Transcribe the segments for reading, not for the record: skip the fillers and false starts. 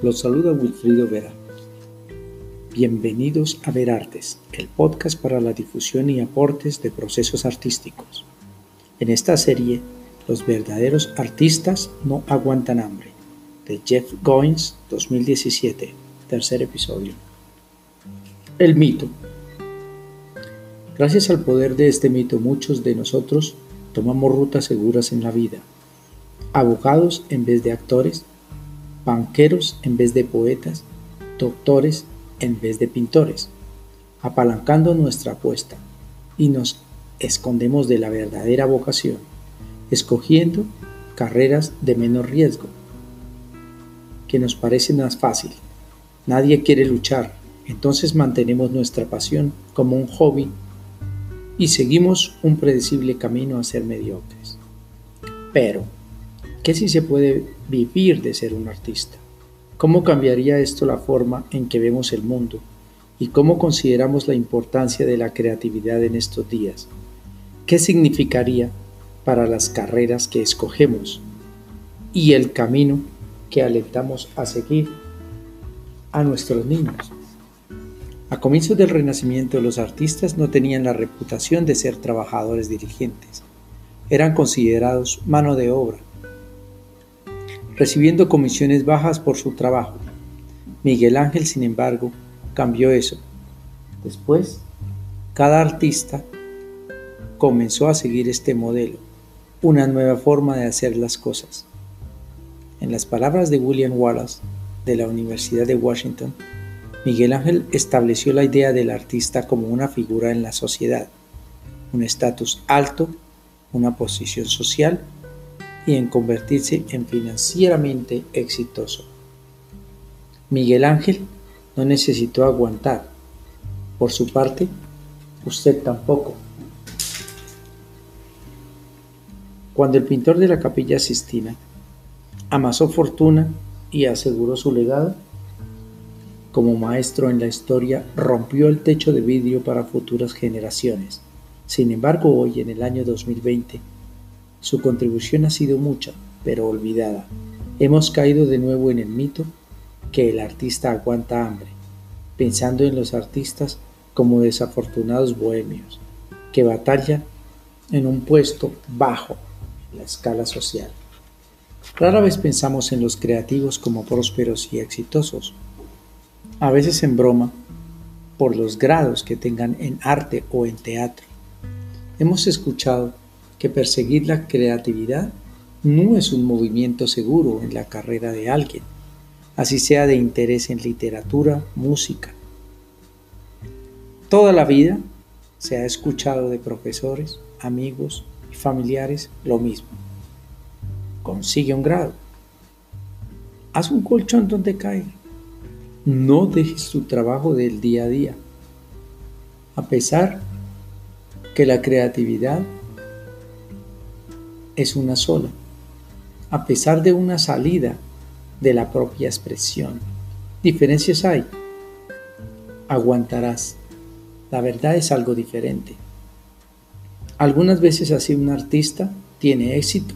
Los saluda Wilfrido Vera. Bienvenidos a Ver Artes, el podcast para la difusión y aportes de procesos artísticos. En esta serie, Los verdaderos artistas no aguantan hambre, de Jeff Goins, 2017, tercer episodio. El mito. Gracias al poder de este mito, muchos de nosotros tomamos rutas seguras en la vida. Abogados en vez de actores, banqueros en vez de poetas, doctores en vez de pintores, apalancando nuestra apuesta, y nos escondemos de la verdadera vocación, escogiendo carreras de menos riesgo, que nos parecen más fácil. Nadie quiere luchar, entonces mantenemos nuestra pasión como un hobby y seguimos un predecible camino a ser mediocres. Pero, ¿qué si se puede vivir de ser un artista? ¿Cómo cambiaría esto la forma en que vemos el mundo? ¿Y cómo consideramos la importancia de la creatividad en estos días? ¿Qué significaría para las carreras que escogemos y el camino que alentamos a seguir a nuestros niños? A comienzos del Renacimiento, los artistas no tenían la reputación de ser trabajadores diligentes. Eran considerados mano de obra, recibiendo comisiones bajas por su trabajo. Miguel Ángel, sin embargo, cambió eso. Después, cada artista comenzó a seguir este modelo, una nueva forma de hacer las cosas. En las palabras de William Wallace, de la Universidad de Washington, Miguel Ángel estableció la idea del artista como una figura en la sociedad, un estatus alto, una posición social y en convertirse en financieramente exitoso. Miguel Ángel no necesitó aguantar. Por su parte, usted tampoco. Cuando el pintor de la Capilla Sixtina amasó fortuna y aseguró su legado, como maestro en la historia, rompió el techo de vidrio para futuras generaciones. Sin embargo, hoy, en el año 2020, su contribución ha sido mucha, pero olvidada. Hemos caído de nuevo en el mito que el artista aguanta hambre, pensando en los artistas como desafortunados bohemios, que batallan en un puesto bajo en la escala social. Rara vez pensamos en los creativos como prósperos y exitosos, a veces en broma, por los grados que tengan en arte o en teatro. Hemos escuchado que perseguir la creatividad no es un movimiento seguro en la carrera de alguien, así sea de interés en literatura, música. Toda la vida se ha escuchado de profesores, amigos y familiares lo mismo. Consigue un grado. Haz un colchón donde caer. No dejes tu trabajo del día a día. A pesar que la creatividad es una sola, a pesar de una salida de la propia expresión. Diferencias hay. Aguantarás. La verdad es algo diferente. Algunas veces así un artista tiene éxito,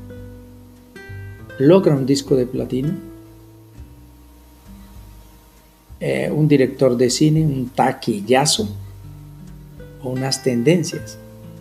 logra un disco de platino, un director de cine, un taquillazo o unas tendencias.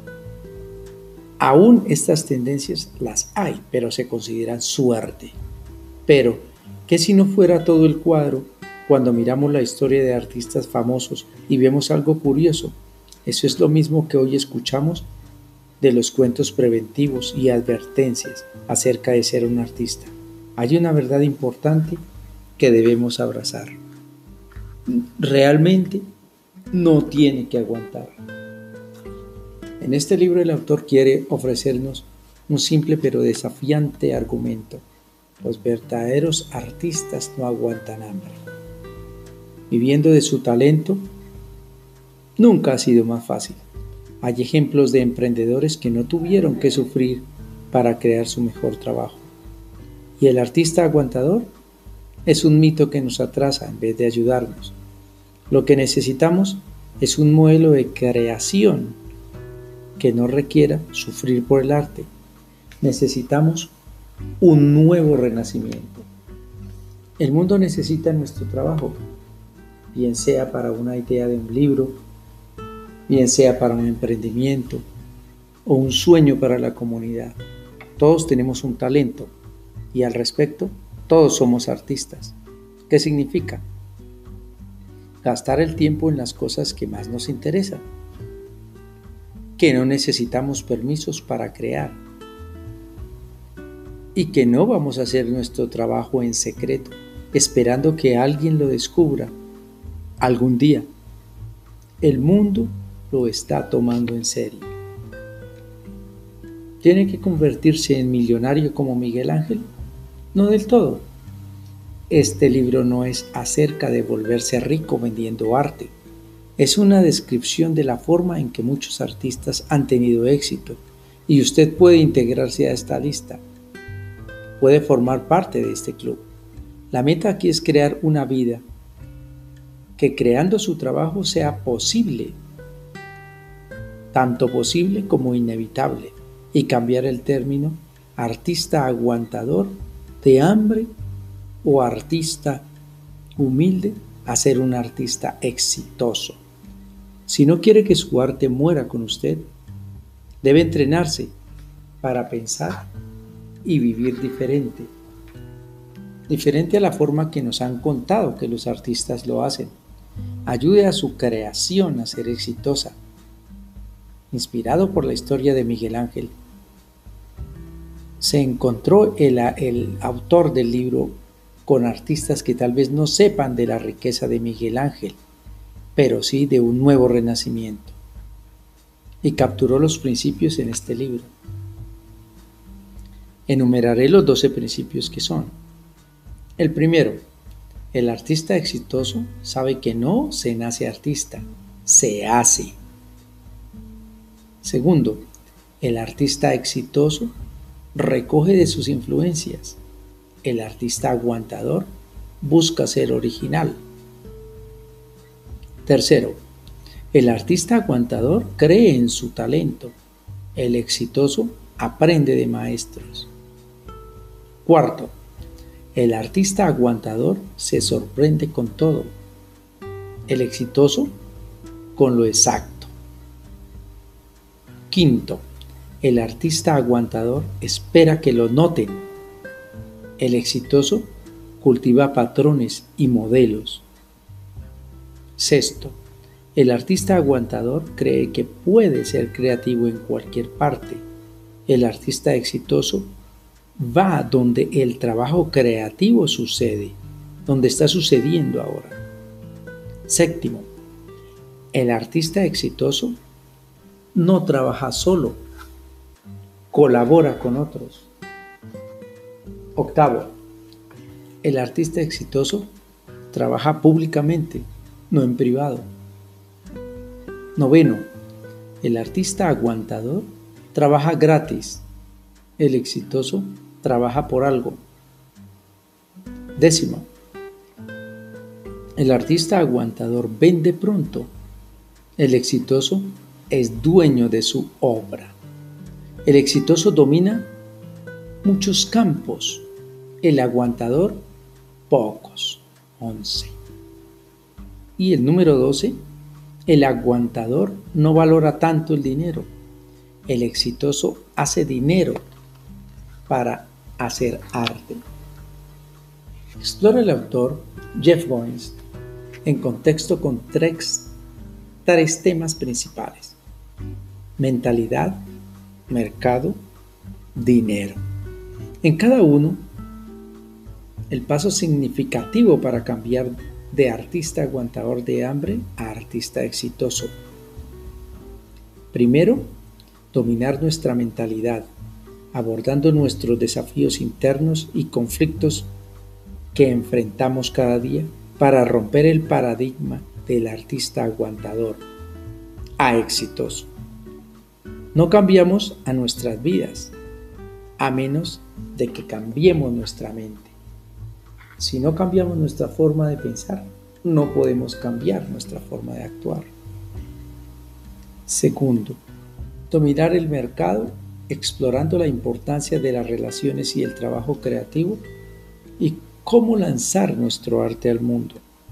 Aún estas tendencias las hay, pero se consideran suerte. Pero, ¿qué si no fuera todo el cuadro cuando miramos la historia de artistas famosos y vemos algo curioso? Eso es lo mismo que hoy escuchamos de los cuentos preventivos y advertencias acerca de ser un artista. Hay una verdad importante que debemos abrazar. Realmente no tiene que aguantar. En este libro el autor quiere ofrecernos un simple pero desafiante argumento. Los verdaderos artistas no aguantan hambre. Viviendo de su talento nunca ha sido más fácil. Hay ejemplos de emprendedores que no tuvieron que sufrir para crear su mejor trabajo. ¿Y el artista aguantador? Es un mito que nos atrasa en vez de ayudarnos. Lo que necesitamos es un modelo de creación que no requiera sufrir por el arte. Necesitamos un nuevo renacimiento. El mundo necesita nuestro trabajo, bien sea para una idea de un libro, bien sea para un emprendimiento o un sueño para la comunidad. Todos tenemos un talento y al respecto, todos somos artistas. ¿Qué significa? Gastar el tiempo en las cosas que más nos interesan, que no necesitamos permisos para crear y que no vamos a hacer nuestro trabajo en secreto, esperando que alguien lo descubra algún día. El mundo lo está tomando en serio. ¿Tiene que convertirse en millonario como Miguel Ángel? No del todo. Este libro no es acerca de volverse rico vendiendo arte. Es una descripción de la forma en que muchos artistas han tenido éxito y usted puede integrarse a esta lista. Puede formar parte de este club. La meta aquí es crear una vida que creando su trabajo sea posible, tanto posible como inevitable, y cambiar el término artista aguantador de hambre o artista humilde a ser un artista exitoso. Si no quiere que su arte muera con usted, debe entrenarse para pensar y vivir diferente. Diferente a la forma que nos han contado que los artistas lo hacen. Ayude a su creación a ser exitosa. Inspirado por la historia de Miguel Ángel, se encontró el autor del libro con artistas que tal vez no sepan de la riqueza de Miguel Ángel, pero sí de un nuevo renacimiento. Y capturó los principios en este libro. Enumeraré los 12 principios que son. El primero, el artista exitoso sabe que no se nace artista, se hace. Segundo, el artista exitoso recoge de sus influencias. El artista aguantador busca ser original. Tercero, el artista aguantador cree en su talento. El exitoso aprende de maestros. Cuarto, el artista aguantador se sorprende con todo. El exitoso con lo exacto. Quinto, el artista aguantador espera que lo noten. El exitoso cultiva patrones y modelos. Sexto, el artista aguantador cree que puede ser creativo en cualquier parte. El artista exitoso va donde el trabajo creativo sucede, donde está sucediendo ahora. Séptimo, el artista exitoso no trabaja solo, colabora con otros. Octavo, el artista exitoso trabaja públicamente, no en privado. Noveno, el artista aguantador trabaja gratis. El exitoso trabaja por algo. Décimo, el artista aguantador vende pronto. El exitoso es dueño de su obra. El exitoso domina muchos campos. El aguantador, pocos. 11. Y el número 12, el aguantador no valora tanto el dinero. El exitoso hace dinero para hacer arte. Explora el autor Jeff Goins en contexto con tres temas principales: mentalidad, mercado, dinero. En cada uno, el paso significativo para cambiar de artista aguantador de hambre a artista exitoso. Primero, dominar nuestra mentalidad, abordando nuestros desafíos internos y conflictos que enfrentamos cada día para romper el paradigma del artista aguantador a exitoso. No cambiamos a nuestras vidas a menos de que cambiemos nuestra mente. Si no cambiamos nuestra forma de pensar, no podemos cambiar nuestra forma de actuar. Segundo, dominar el mercado explorando la importancia de las relaciones y el trabajo creativo y cómo lanzar nuestro arte al mundo.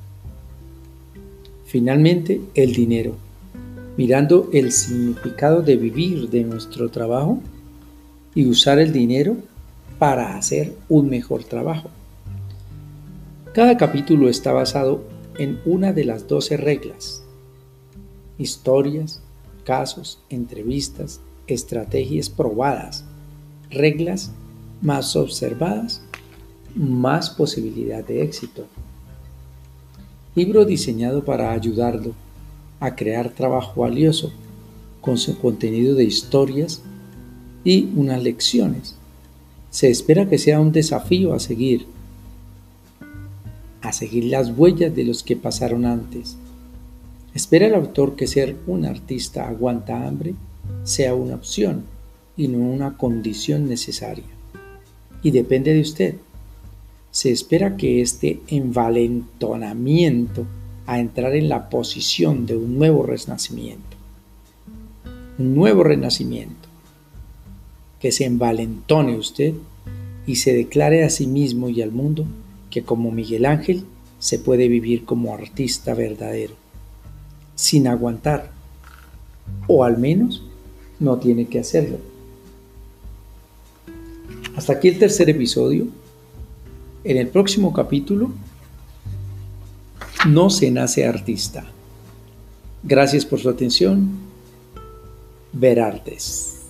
Finalmente, el dinero. Mirando el significado de vivir de nuestro trabajo y usar el dinero para hacer un mejor trabajo. Cada capítulo está basado en una de las 12 reglas: historias, casos, entrevistas, estrategias probadas, reglas más observadas, más posibilidad de éxito. Libro diseñado para ayudarlo a crear trabajo valioso con su contenido de historias y unas lecciones. Se espera que sea un desafío a seguir las huellas de los que pasaron antes. Espera el autor que ser un artista aguanta hambre sea una opción y no una condición necesaria. Y depende de usted. Se espera que este envalentonamiento a entrar en la posición de un nuevo renacimiento, que se envalentone usted y se declare a sí mismo y al mundo que como Miguel Ángel se puede vivir como artista verdadero, sin aguantar, o al menos no tiene que hacerlo. Hasta aquí el tercer episodio. En el próximo capítulo, no se nace artista. Gracias por su atención. Ver Artes.